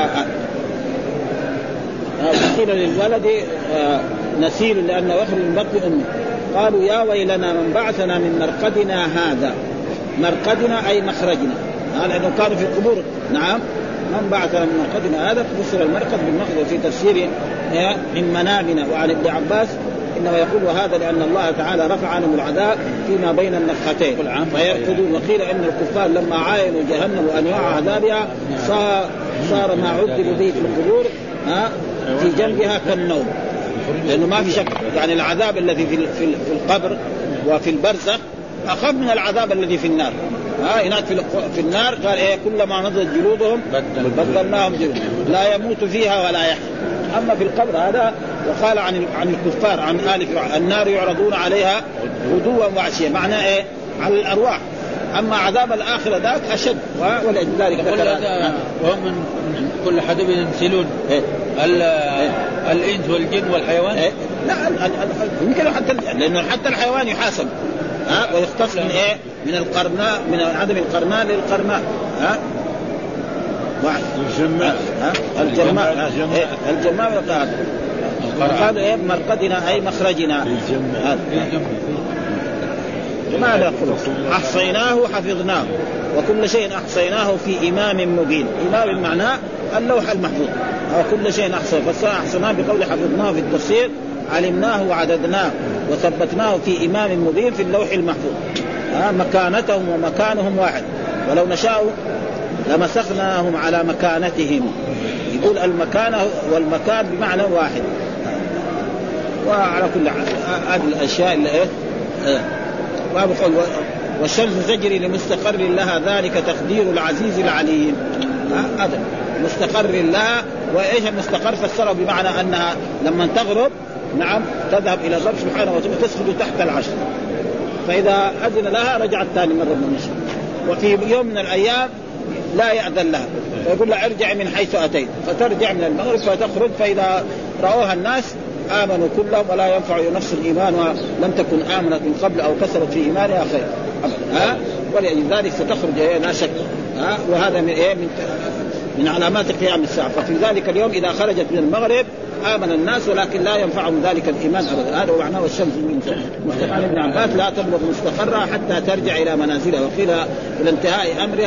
وقيل للولد نسيل لأنه يخرج من بطن أمه. قالوا يا ويلنا من بعثنا من مرقدنا هذا. مرقدنا أي مخرجنا، لأنه كانوا في القبور. نعم، من بعثنا من مرقدنا هذا، تفسر المرقد بالمخرج في تفسير من منامنا. وعن ابن عباس إنما يقول هذا لأن الله تعالى رفع عنهم العذاب فيما بين النفختين فيرقدون. وقيل إن الكفار لما عاينوا جهنم وأنواع عذابها صار ما عذبوا به في القبور في جنبها كالنوم، لأنه ما في شك يعني العذاب الذي في القبر وفي البرزخ أخف من العذاب الذي في النار. هناك في النار قال إيه كلما نضجت جلودهم بدلناهم جلود لا يموت فيها ولا يحيى. أما في القبر هذا، وقال عن الكفار عن النار يعرضون عليها غدوا وعشيا، معناه إيه على الأرواح. أما عذاب الآخرة ذاك أشد، ولذلك وهم من كل حدب ينسلون الإنس والجن والحيوان. لا يمكن لأنه حتى الحيوان يحاسب ويختص من إيه من القرناء، من عدم القرناء للقرناء. الجماء قال إيه مرقدنا أي مخرجنا. ماذا يقول أحصيناه حفظناه وكل شيء أحصيناه في إمام مبين. إمام معناه اللوح المحفوظ، وكل شيء أحصيناه بقول حفظناه في التفسير علمناه وعددناه وثبتناه في إمام مبين في اللوح المحفوظ. مكانتهم ومكانهم واحد، ولو نشاء لمسخناهم على مكانتهم. يقول المكان والمكان بمعنى واحد. وعلى كل هذه الأشياء اللي والشمس تجري لمستقر لها ذلك تقدير العزيز العليم. هذا مستقر لها. وإيش المستقر؟ فسره بمعنى أنها لما تغرب نعم تذهب إلى الرب سبحانه وتعالى تسجد تحت العرش، فإذا أذن لها رجعت ثاني مرة من المشرق. وفي يوم من الأيام لا يأذن لها ويقول لها ارجع من حيث أتيت، فترجع من المغرب فتخرج، فإذا رأوها الناس آمنوا كلهم ولا ينفع نفس الإيمان ولم تكن آمنت من قبل أو كسبت في إيمانها خير. ولذلك ستخرج لا شك. وهذا من إيه من علامات قيام الساعة. ففي ذلك اليوم إذا خرجت من المغرب آمن الناس ولكن لا ينفعهم ذلك الإيمان أبدا. هذا معناه والشمس من مستقر ابن عباس لا تبلغ مستقرها حتى ترجع إلى منازلها. وقيل إلى انتهاء أمرها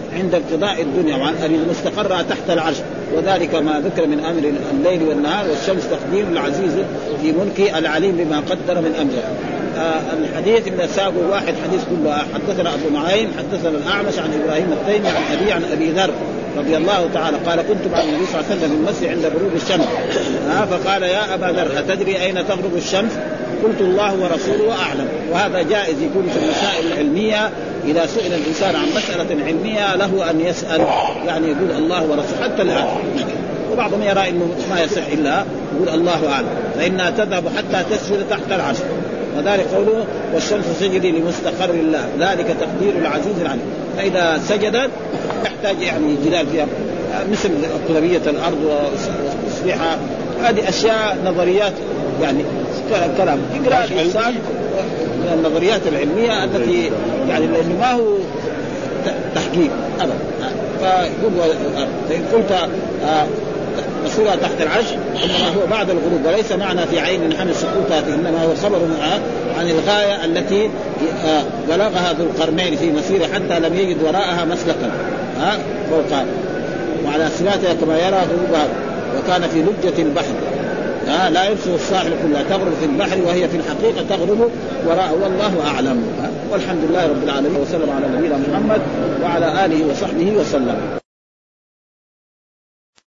عند انقضاء الدنيا، وعن المستقرة تحت العرش، وذلك ما ذكر من أمر الليل والنهار، والشمس تقدير العزيز في ملكه العليم بما قدر من أمره. الحديث اللي ساقوا واحد حديث كله. حدثنا أبو نعيم حدثنا الأعمش عن إبراهيم التيمي عن أبي عن أبي ذر رضي الله تعالى قال كنت مع النبي صلى الله عليه وسلم في المسجد عند غروب الشمس فقال يا أبا ذر أتدري أين تغرب الشمس؟ قلت الله ورسوله أعلم. وهذا جائز يكون في المسائل العلمية، إذا سئل الإنسان عن مسألة علمية له أن يسأل يعني يقول الله ورسوله حتى الآن. وبعضهم يرى إنه ما يصح إلا يقول الله أعلم، فإنها تذهب حتى تسجد تحت العرش، وذلك قوله والشمس تجري لمستقر الله ذلك تقدير العزيز العليم. فإذا سجدت يحتاج يعني جدال فيها مثل قطبية الأرض وتصبيحها، هذه أشياء نظريات يعني كلام يقرأ الإنسان من النظريات العلمية التي يعني لأنه ما هو تحقيق أبدا. فيقول فإن قلت مصيرها تحت العرش إنما هو بعد الغروب، وليس معنى في عين نحن سقوطاته، إنما هو خبر عن الغاية التي بلغها ذو القرنين في مسيره حتى لم يجد وراءها مسلكا فوقها وعلى سماتها كما يرى غروبها، وكان في لجة البحر لا يرسل الساحل كلها تغرب في البحر وهي في الحقيقة تغرب وراءه، والله أعلم. والحمد لله رب العالمين، وسلم على نبينا محمد وعلى آله وصحبه وسلم.